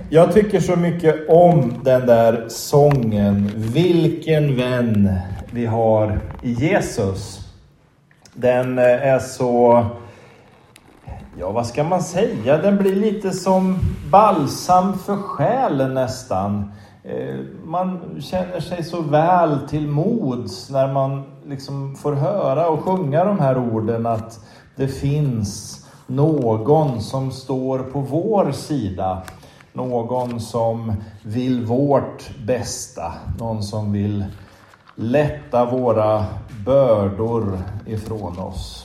Jag tycker så mycket om den där sången. Vilken vän vi har i Jesus. Den är så, ja vad ska man säga? Den blir lite som balsam för själen nästan. Man känner sig så väl till mods när man liksom får höra och sjunga de här orden att det finns någon som står på vår sida. Någon som vill vårt bästa. Någon som vill lätta våra bördor ifrån oss.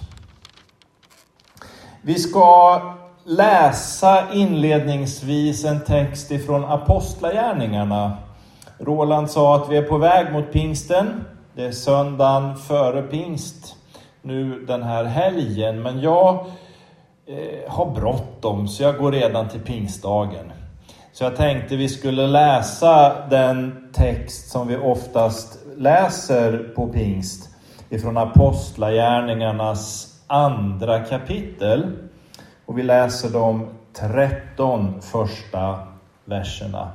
Vi ska läsa inledningsvis en text ifrån Apostlagärningarna. Roland sa att vi är på väg mot pingsten. Det är söndagen före pingst. Nu den här helgen. Men jag har bråttom så jag går redan till pingstdagen. Så jag tänkte vi skulle läsa den text som vi oftast läser på pingst. Ifrån Apostlagärningarnas andra kapitel. Och vi läser de 13 första verserna.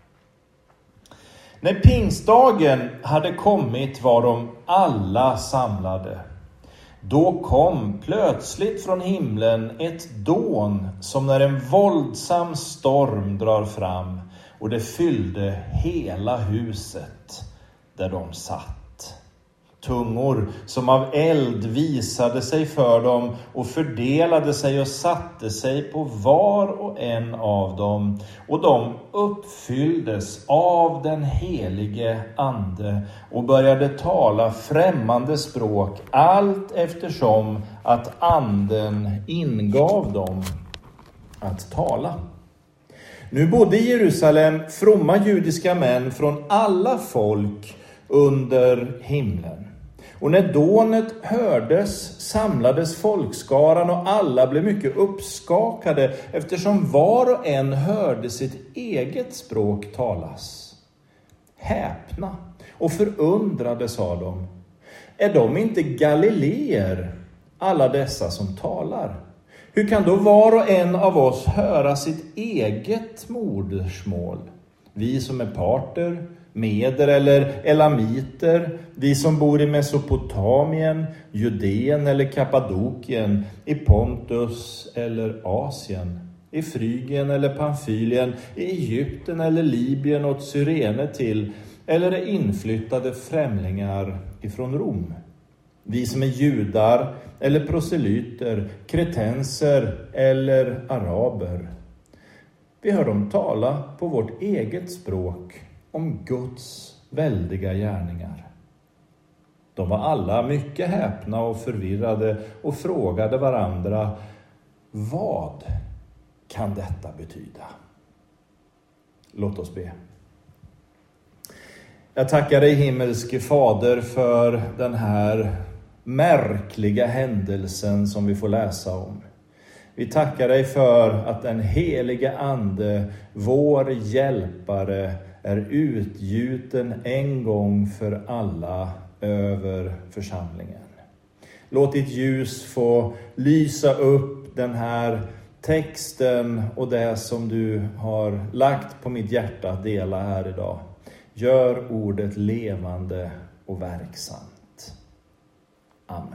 När pingstdagen hade kommit var de alla samlade. Då kom plötsligt från himlen ett dån som när en våldsam storm drar fram och det fyllde hela huset där de satt. Tungor som av eld visade sig för dem och fördelade sig och satte sig på var och en av dem. Och de uppfylldes av den helige ande och började tala främmande språk allt eftersom att anden ingav dem att tala. Nu bodde i Jerusalem fromma judiska män från alla folk under himlen. Och när dånet hördes samlades folkskaran och alla blev mycket uppskakade eftersom var och en hörde sitt eget språk talas. Häpna och förundrade sa de. Är de inte galileer, alla dessa som talar? Hur kan då var och en av oss höra sitt eget modersmål? Vi som är parter, Meder eller elamiter, vi som bor i Mesopotamien, Judeen eller Kappadokien, i Pontus eller Asien, i Frygien eller Pamfylien, i Egypten eller Libyen åt Cyrene till, eller är inflyttade främlingar ifrån Rom. Vi som är judar eller proselyter, kretenser eller araber. Vi hör dem tala på vårt eget språk om Guds väldiga gärningar. De var alla mycket häpna och förvirrade och frågade varandra, vad kan detta betyda? Låt oss be. Jag tackar dig himmelske Fader för den här märkliga händelsen som vi får läsa om. Vi tackar dig för att den helige ande, vår hjälpare, är utgjuten en gång för alla över församlingen. Låt ditt ljus få lysa upp den här texten och det som du har lagt på mitt hjärta att dela här idag. Gör ordet levande och verksamt. Amen.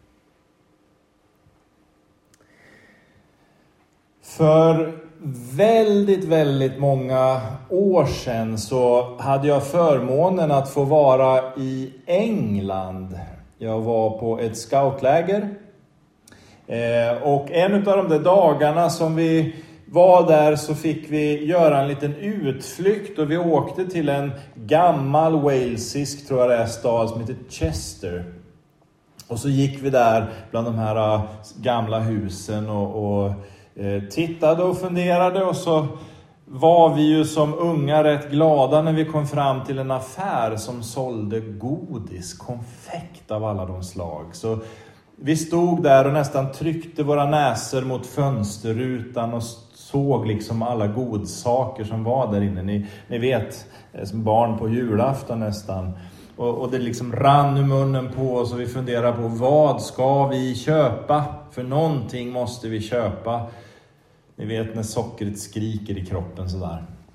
För väldigt många år sedan så hade jag förmånen att få vara i England. Jag var på ett scoutläger. Och en av de där dagarna som vi var där så fick vi göra en liten utflykt. Och vi åkte till en gammal walesisk, tror jag det är, stad som heter Chester. Och så gick vi där bland de här gamla husen och tittade och funderade, och så var vi ju som unga rätt glada när vi kom fram till en affär som sålde godis, konfekt av alla de slag. Så vi stod där och nästan tryckte våra näsor mot fönsterrutan och såg liksom alla godsaker som var där inne. Ni vet, som barn på julafton nästan. Och det liksom rann ur munnen på oss och vi funderar på vad ska vi köpa? För någonting måste vi köpa. Ni vet när sockret skriker i kroppen sådär.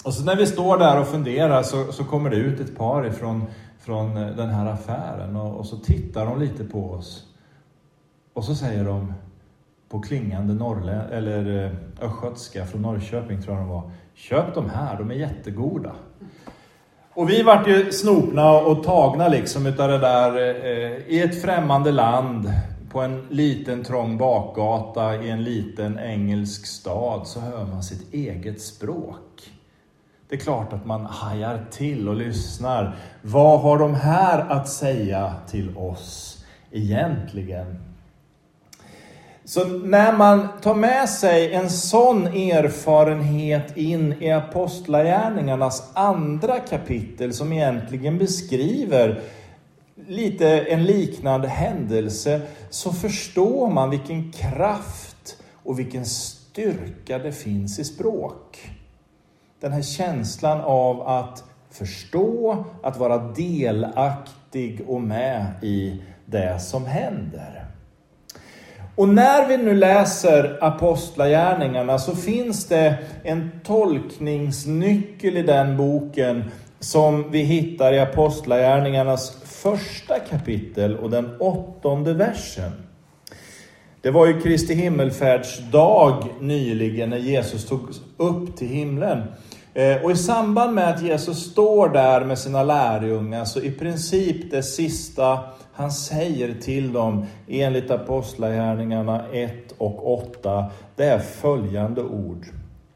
Och så när vi står där och funderar så kommer det ut ett par från den här affären. Och så tittar de lite på oss. Och så säger de på klingande östgötska från Norrköping tror jag de var. Köp de här, de är jättegoda. Och vi vart ju snopna och tagna liksom utav det där i ett främmande land. På en liten trång bakgata i en liten engelsk stad så hör man sitt eget språk. Det är klart att man hajar till och lyssnar. Vad har de här att säga till oss egentligen? Så när man tar med sig en sån erfarenhet in i Apostlagärningarnas andra kapitel som egentligen beskriver lite en liknande händelse, så förstår man vilken kraft och vilken styrka det finns i språk. Den här känslan av att förstå, att vara delaktig och med i det som händer. Och när vi nu läser Apostlagärningarna så finns det en tolkningsnyckel i den boken som vi hittar i Apostlagärningarnas första kapitel och den 8:e versen. Det var ju Kristi himmelfärdsdag nyligen när Jesus togs upp till himlen. Och i samband med att Jesus står där med sina lärjungar så i princip det sista han säger till dem enligt Apostlagärningarna 1 och 8, det är följande ord.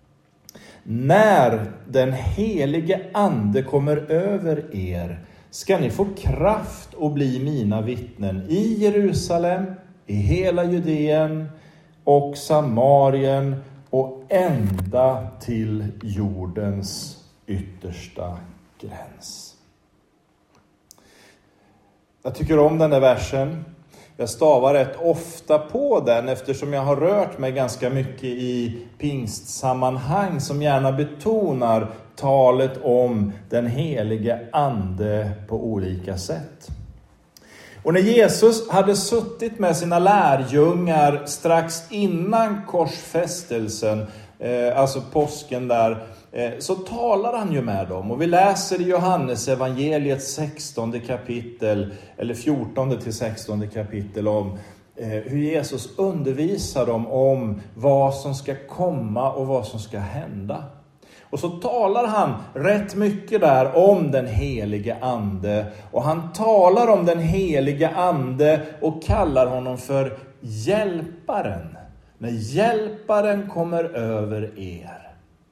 När den helige ande kommer över er ska ni få kraft att bli mina vittnen i Jerusalem, i hela Judeen och Samarien och ända till jordens yttersta gräns. Jag tycker om den här versen. Jag stavar rätt ofta på den eftersom jag har rört mig ganska mycket i pingstsammanhang som gärna betonar talet om den helige ande på olika sätt. Och när Jesus hade suttit med sina lärjungar strax innan korsfästelsen, alltså påsken där, så talar han ju med dem. Och vi läser i Johannes evangeliets 16 kapitel, eller 14 till 16 kapitel om hur Jesus undervisar dem om vad som ska komma och vad som ska hända. Och så talar han rätt mycket där om den helige ande. Och han talar om den helige ande och kallar honom för hjälparen. När hjälparen kommer över er.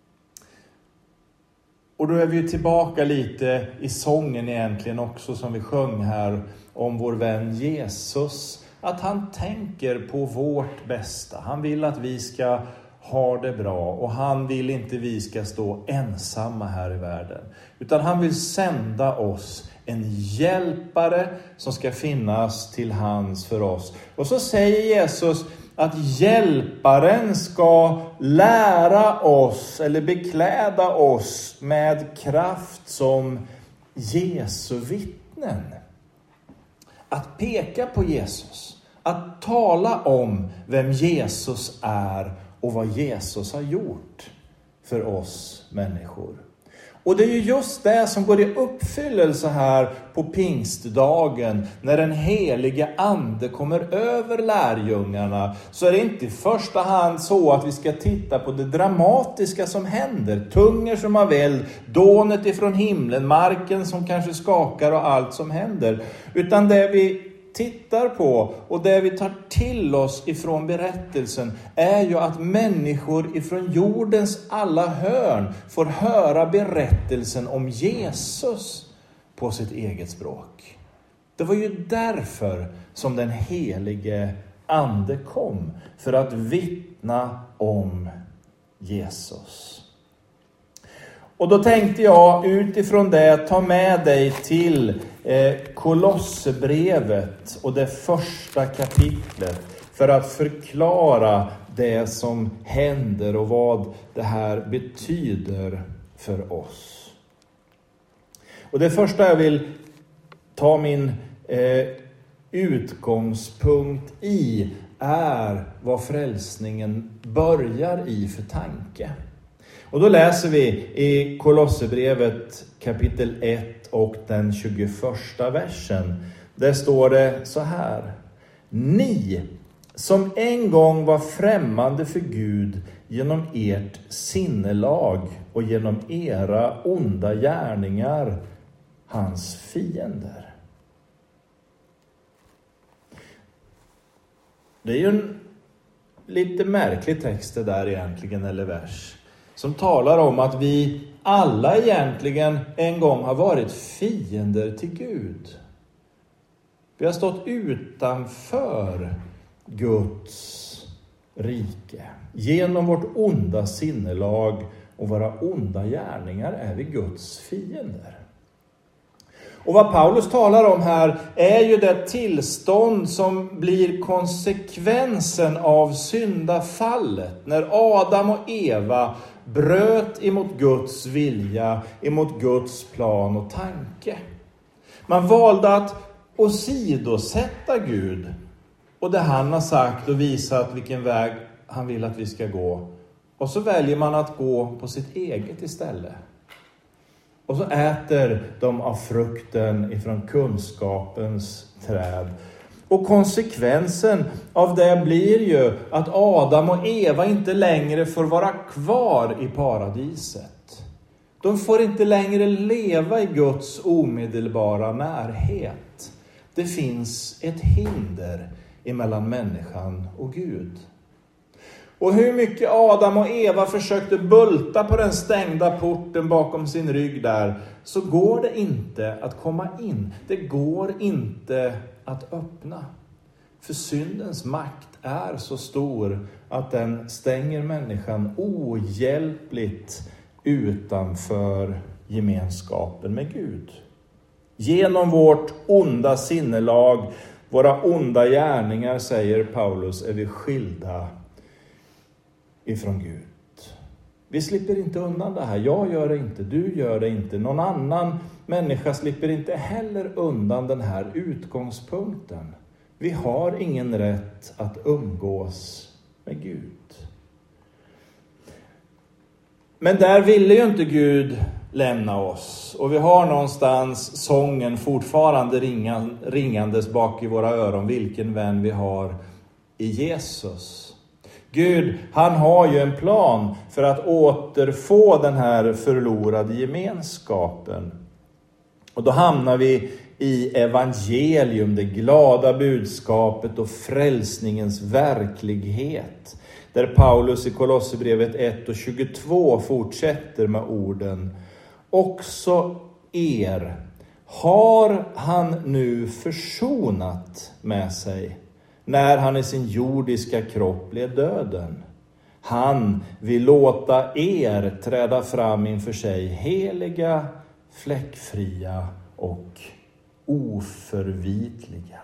Och då är vi ju tillbaka lite i sången egentligen också som vi sjöng här om vår vän Jesus. Att han tänker på vårt bästa. Han vill att vi ska ha det bra och han vill inte vi ska stå ensamma här i världen. Utan han vill sända oss en hjälpare som ska finnas till hands för oss. Och så säger Jesus att hjälparen ska lära oss eller bekläda oss med kraft som Jesu vittnen. Att peka på Jesus, att tala om vem Jesus är och vad Jesus har gjort för oss människor. Och det är ju just det som går i uppfyllelse här på pingstdagen. När den helige ande kommer över lärjungarna så är det inte i första hand så att vi ska titta på det dramatiska som händer. Tungor som har väld, dånet ifrån himlen, marken som kanske skakar och allt som händer. Utan det vi tittar på och det vi tar till oss ifrån berättelsen är ju att människor ifrån jordens alla hörn får höra berättelsen om Jesus på sitt eget språk. Det var ju därför som den helige ande kom, för att vittna om Jesus. Och då tänkte jag utifrån det ta med dig till Kolosserbrevet och det första kapitlet för att förklara det som händer och vad det här betyder för oss. Och det första jag vill ta min utgångspunkt i är vad frälsningen börjar i för tanke. Och då läser vi i Kolosserbrevet kapitel 1 och den 21 versen. Där står det så här: Ni som en gång var främmande för Gud genom ert sinnelag och genom era onda gärningar, hans fiender. Det är ju en lite märklig text det där egentligen, eller vers, som talar om att vi alla egentligen en gång har varit fiender till Gud. Vi har stått utanför Guds rike. Genom vårt onda sinnelag och våra onda gärningar är vi Guds fiender. Och vad Paulus talar om här är ju det tillstånd som blir konsekvensen av syndafallet. När Adam och Eva bröt emot Guds vilja, emot Guds plan och tanke. Man valde att åsidosätta Gud och det han har sagt och visat vilken väg han vill att vi ska gå. Och så väljer man att gå på sitt eget istället. Och så äter de av frukten ifrån kunskapens träd. Och konsekvensen av det blir ju att Adam och Eva inte längre får vara kvar i paradiset. De får inte längre leva i Guds omedelbara närhet. Det finns ett hinder emellan människan och Gud. Och hur mycket Adam och Eva försökte bulta på den stängda porten bakom sin rygg där, så går det inte att komma in. Det går inte att öppna. För syndens makt är så stor att den stänger människan ohjälpligt utanför gemenskapen med Gud. Genom vårt onda sinnelag, våra onda gärningar, säger Paulus, är vi skilda ifrån Gud. Vi slipper inte undan det här. Jag gör det inte, du gör det inte. Någon annan människa slipper inte heller undan den här utgångspunkten. Vi har ingen rätt att umgås med Gud. Men där ville ju inte Gud lämna oss. Och vi har någonstans sången fortfarande ringandes bak i våra öron. Vilken vän vi har i Jesus. Gud, han har ju en plan för att återfå den här förlorade gemenskapen. Och då hamnar vi i evangelium, det glada budskapet och frälsningens verklighet. Där Paulus i Kolosserbrevet 1 och 22 fortsätter med orden: Också er har han nu försonat med sig, när han i sin jordiska kropp blev döden. Han vill låta er träda fram inför sig heliga, fläckfria och oförvitliga.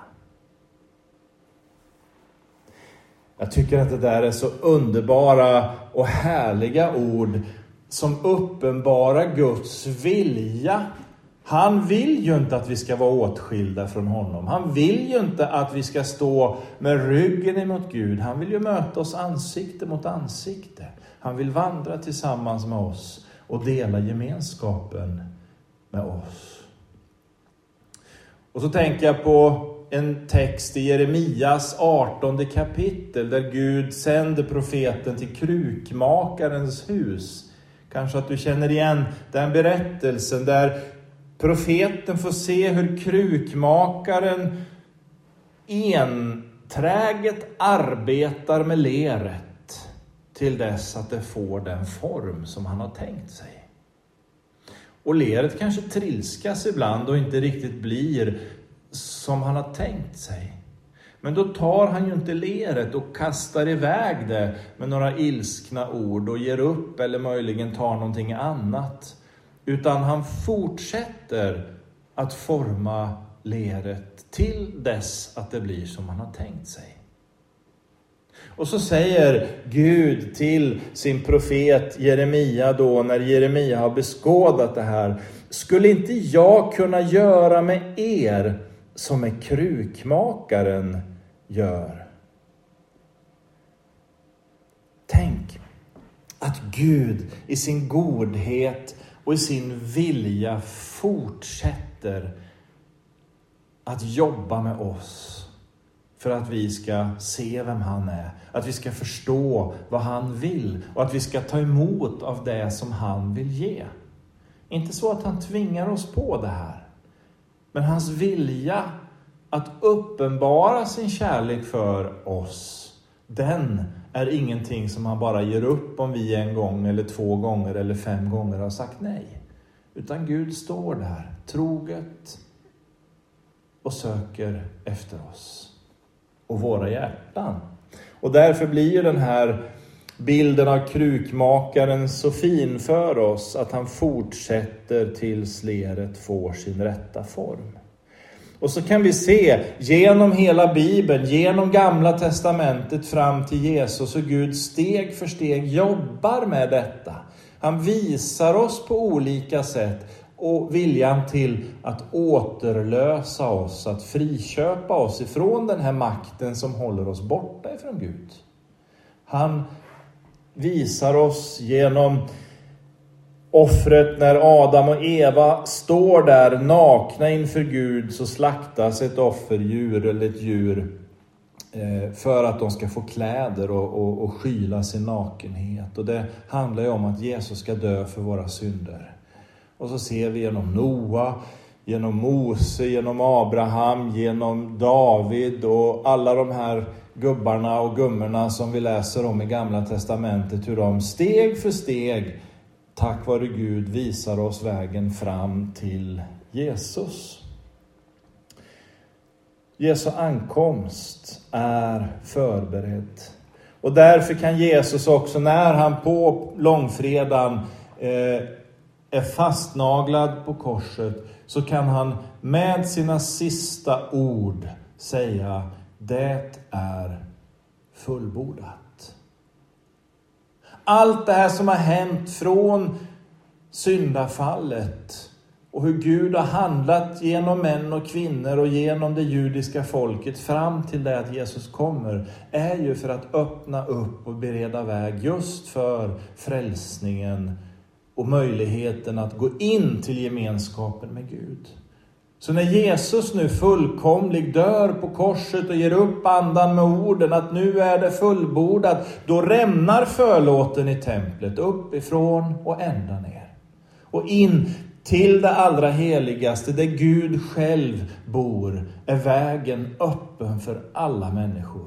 Jag tycker att det där är så underbara och härliga ord som uppenbarar Guds vilja. Han vill ju inte att vi ska vara åtskilda från honom. Han vill ju inte att vi ska stå med ryggen emot Gud. Han vill ju möta oss ansikte mot ansikte. Han vill vandra tillsammans med oss och dela gemenskapen med oss. Och så tänker jag på en text i Jeremias 18 kapitel där Gud sänder profeten till krukmakarens hus. Kanske att du känner igen den berättelsen där profeten får se hur krukmakaren enträget arbetar med leret till dess att det får den form som han har tänkt sig. Och leret kanske trilskas ibland och inte riktigt blir som han har tänkt sig. Men då tar han ju inte leret och kastar iväg det med några ilskna ord och ger upp eller möjligen tar någonting annat. Utan han fortsätter att forma leret till dess att det blir som han har tänkt sig. Och så säger Gud till sin profet Jeremia då, när Jeremia har beskådat det här: skulle inte jag kunna göra med er som är krukmakaren gör? Tänk Att Gud i sin godhet och i sin vilja fortsätter att jobba med oss för att vi ska se vem han är. Att vi ska förstå vad han vill och att vi ska ta emot av det som han vill ge. Inte så att han tvingar oss på det här. Men hans vilja att uppenbara sin kärlek för oss, den är ingenting som han bara ger upp om vi en gång eller 2 gånger eller 5 gånger har sagt nej. Utan Gud står där troget och söker efter oss och våra hjärtan. Och därför blir ju den här bilden av krukmakaren så fin för oss, att han fortsätter tills leret får sin rätta form. Och så kan vi se genom hela Bibeln, genom Gamla testamentet fram till Jesus, och Gud steg för steg jobbar med detta. Han visar oss på olika sätt och viljan till att återlösa oss, att friköpa oss ifrån den här makten som håller oss borta ifrån Gud. Han visar oss genom offret när Adam och Eva står där nakna inför Gud, så slaktas ett offerdjur eller ett djur för att de ska få kläder och skyla sin nakenhet. Och det handlar ju om att Jesus ska dö för våra synder. Och så ser vi genom Noa, genom Mose, genom Abraham, genom David och alla de här gubbarna och gummorna som vi läser om i Gamla testamentet, hur de steg för steg tack vare Gud visar oss vägen fram till Jesus. Jesu ankomst är förberedd. Och därför kan Jesus också, när han på långfredagen är fastnaglad på korset, så kan han med sina sista ord säga: det är fullbordat. Allt det här som har hänt från syndafallet och hur Gud har handlat genom män och kvinnor och genom det judiska folket fram till det att Jesus kommer, är ju för att öppna upp och bereda väg just för frälsningen och möjligheten att gå in till gemenskapen med Gud. Så när Jesus nu fullkomlig dör på korset och ger upp andan med orden att nu är det fullbordat, då rämnar förlåten i templet uppifrån och ända ner. Och in till det allra heligaste, där Gud själv bor, är vägen öppen för alla människor.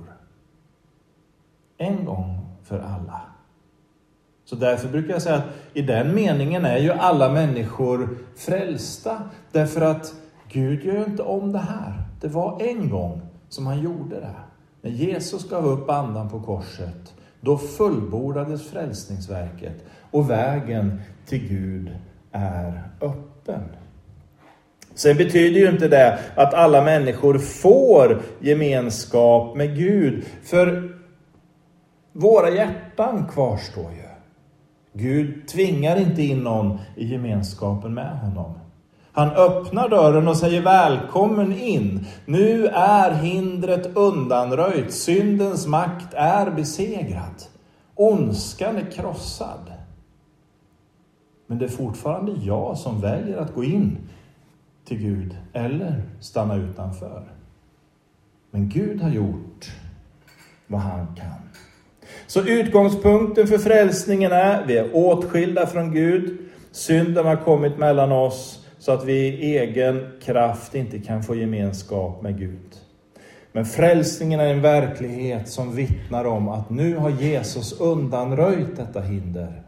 En gång för alla. Så därför brukar jag säga att i den meningen är ju alla människor frälsta. Därför att Gud gör inte om det här. Det var en gång som han gjorde det. När Jesus gav upp andan på korset, då fullbordades frälsningsverket. Och vägen till Gud är öppen. Sen betyder ju inte det att alla människor får gemenskap med Gud. För våra hjärtan kvarstår ju. Gud tvingar inte in någon i gemenskapen med honom. Han öppnar dörren och säger: välkommen in. Nu är hindret undanröjt. Syndens makt är besegrad. Ondskan är krossad. Men det är fortfarande jag som väljer att gå in till Gud eller stanna utanför. Men Gud har gjort vad han kan. Så utgångspunkten för frälsningen är: vi är åtskilda från Gud. Synden har kommit mellan oss så att vi i egen kraft inte kan få gemenskap med Gud. Men frälsningen är en verklighet som vittnar om att nu har Jesus undanröjt detta hinder.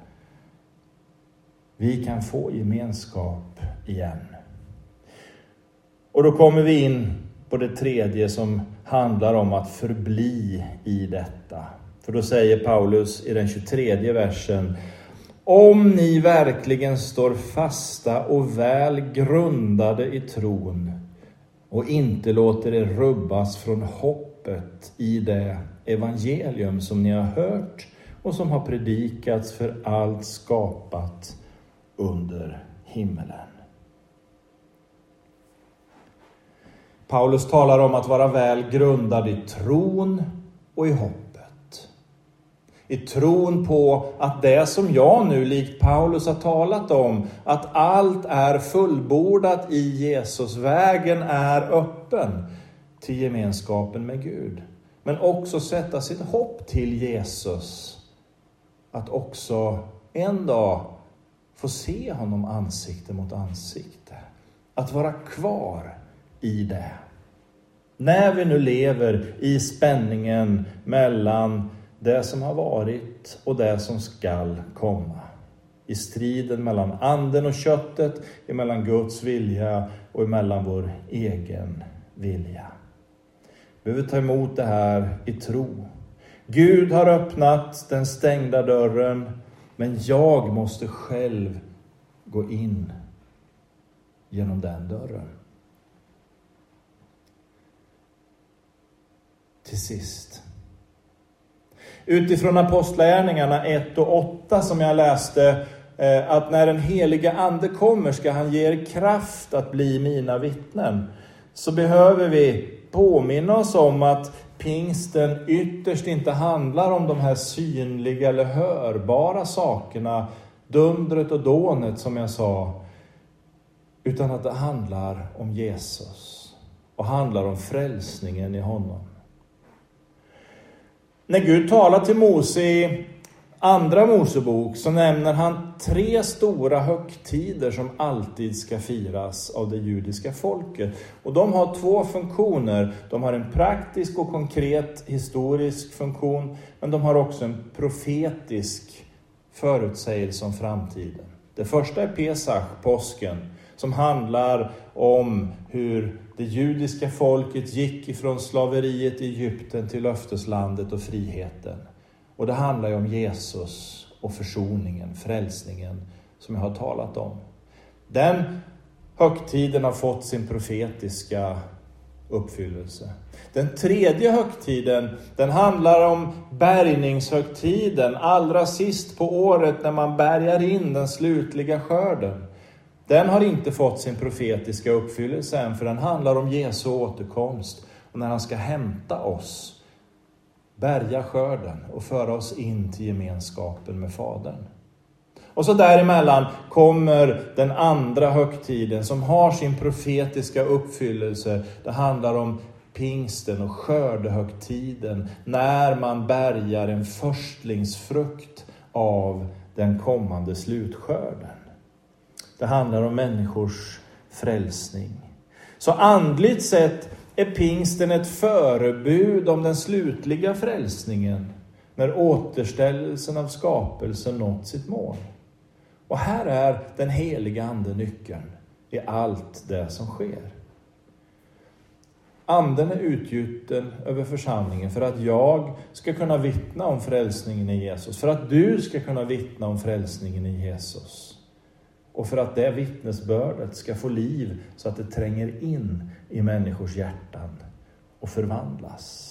Vi kan få gemenskap igen. Och då kommer vi in på det tredje, som handlar om att förbli i detta. För då säger Paulus i den 23 versen: om ni verkligen står fasta och väl grundade i tron och inte låter er rubbas från hoppet i det evangelium som ni har hört och som har predikats för allt skapat under himmelen. Paulus talar om att vara väl grundad i tron och i hoppet. I tron på att det som jag nu likt Paulus har talat om, att allt är fullbordat i Jesus. Vägen är öppen till gemenskapen med Gud. Men också sätta sitt hopp till Jesus. Att också en dag få se honom ansikte mot ansikte. Att vara kvar i det. När vi nu lever i spänningen mellan det som har varit och det som skall komma. I striden mellan anden och köttet, mellan Guds vilja och mellan vår egen vilja. Vi behöver ta emot det här i tro. Gud har öppnat den stängda dörren, men jag måste själv gå in genom den dörren. Till sist. Utifrån Apostlagärningarna 1 och 8 som jag läste, att när den heliga ande kommer ska han ge er kraft att bli mina vittnen. Så behöver vi påminna oss om att pingsten ytterst inte handlar om de här synliga eller hörbara sakerna, dundret och dånet som jag sa, utan att det handlar om Jesus och handlar om frälsningen i honom. När Gud talar till Mose i andra Mosebok så nämner han 3 stora högtider som alltid ska firas av det judiska folket. Och de har 2 funktioner. De har en praktisk och konkret historisk funktion, men de har också en profetisk förutsägelse om framtiden. Det första är Pesach, påsken, som handlar om hur det judiska folket gick ifrån slaveriet i Egypten till löfteslandet och friheten. Och det handlar ju om Jesus och försoningen, frälsningen som jag har talat om. Den högtiden har fått sin profetiska uppfyllelse. Den tredje högtiden, den handlar om bärgningshögtiden, allra sist på året när man bärgar in den slutliga skörden. Den har inte fått sin profetiska uppfyllelse än, för den handlar om Jesu återkomst och när han ska hämta oss, bärga skörden och föra oss in till gemenskapen med Fadern. Och så däremellan kommer den andra högtiden som har sin profetiska uppfyllelse. Det handlar om pingsten och skördehögtiden, när man bärgar en förstlingsfrukt av den kommande slutskörden. Det handlar om människors frälsning. Så andligt sett är pingsten ett förebud om den slutliga frälsningen, när återställelsen av skapelsen nått sitt mål. Och här är den heliga ande nyckeln i allt det som sker. Anden är utgjuten över församlingen för att jag ska kunna vittna om frälsningen i Jesus. För att du ska kunna vittna om frälsningen i Jesus. Och för att det vittnesbördet ska få liv så att det tränger in i människors hjärtan och förvandlas.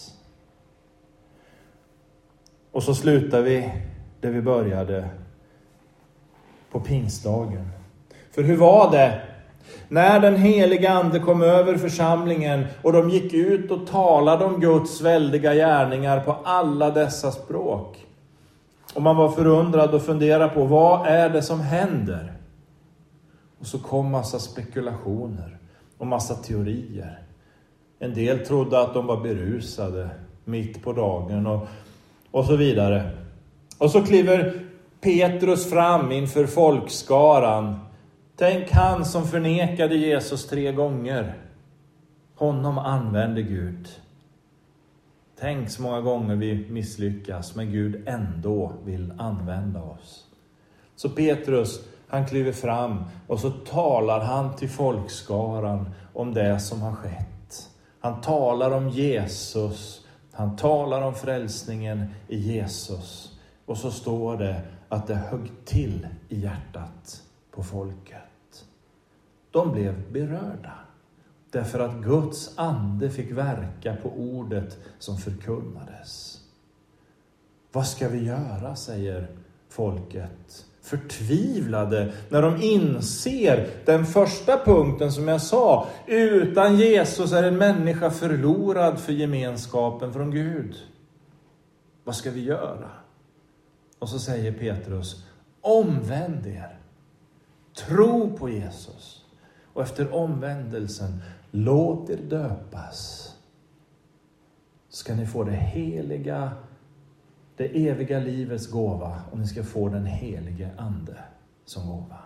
Och så slutar vi där vi började, på pingstdagen. För hur var det när den heliga ande kom över församlingen och de gick ut och talade om Guds väldiga gärningar på alla dessa språk? Och man var förundrad och funderade på, vad är det som händer? Och så kom massa spekulationer och massa teorier. En del trodde att de var berusade mitt på dagen och så vidare. Och så kliver Petrus fram inför folkskaran. Tänk, han som förnekade Jesus 3 gånger. Honom använde Gud. Tänk så många gånger vi misslyckas, men Gud ändå vill använda oss. Så Petrus, han kliver fram och så talar han till folkskaran om det som har skett. Han talar om Jesus. Han talar om frälsningen i Jesus. Och så står det att det högg till i hjärtat på folket. De blev berörda. Därför att Guds ande fick verka på ordet som förkunnades. Vad ska vi göra, säger folket. Förtvivlade när de inser den första punkten som jag sa. Utan Jesus är en människa förlorad för gemenskapen från Gud. Vad ska vi göra? Och så säger Petrus, omvänd er. Tro på Jesus. Och efter omvändelsen, låt er döpas. Ska ni få det heliga, det eviga livets gåva. Och ni ska få den helige ande som gåva.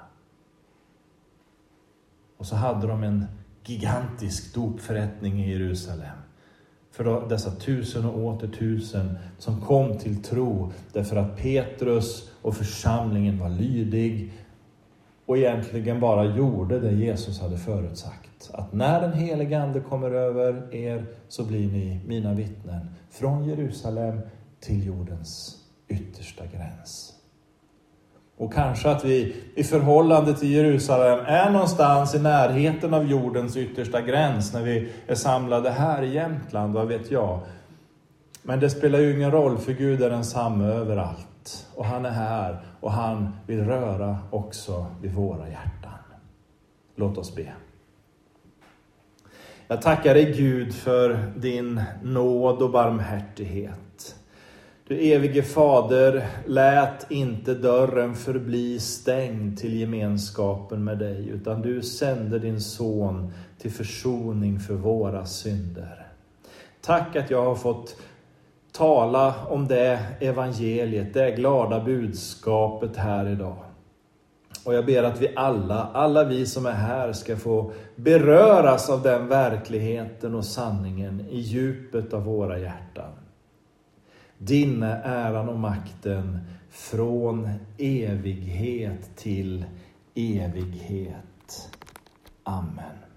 Och så hade de en gigantisk dopförrättning i Jerusalem. För dessa 1000 och åter 1000 som kom till tro. Därför att Petrus och församlingen var lydig. Och egentligen bara gjorde det Jesus hade förutsagt. Att när den helige ande kommer över er så blir ni mina vittnen. Från Jerusalem till jordens yttersta gräns. Och kanske att vi i förhållande till Jerusalem är någonstans i närheten av jordens yttersta gräns. När vi är samlade här i Jämtland, vad vet jag. Men det spelar ju ingen roll, för Gud är densamma överallt. Och han är här och han vill röra också vid våra hjärtan. Låt oss be. Jag tackar dig Gud för din nåd och barmhärtighet. Du evige fader, lät inte dörren förbli stängd till gemenskapen med dig, utan du sände din son till försoning för våra synder. Tack att jag har fått tala om det evangeliet, det glada budskapet här idag. Och jag ber att vi alla vi som är här ska få beröras av den verkligheten och sanningen i djupet av våra hjärtan. Din är äran och makten från evighet till evighet. Amen.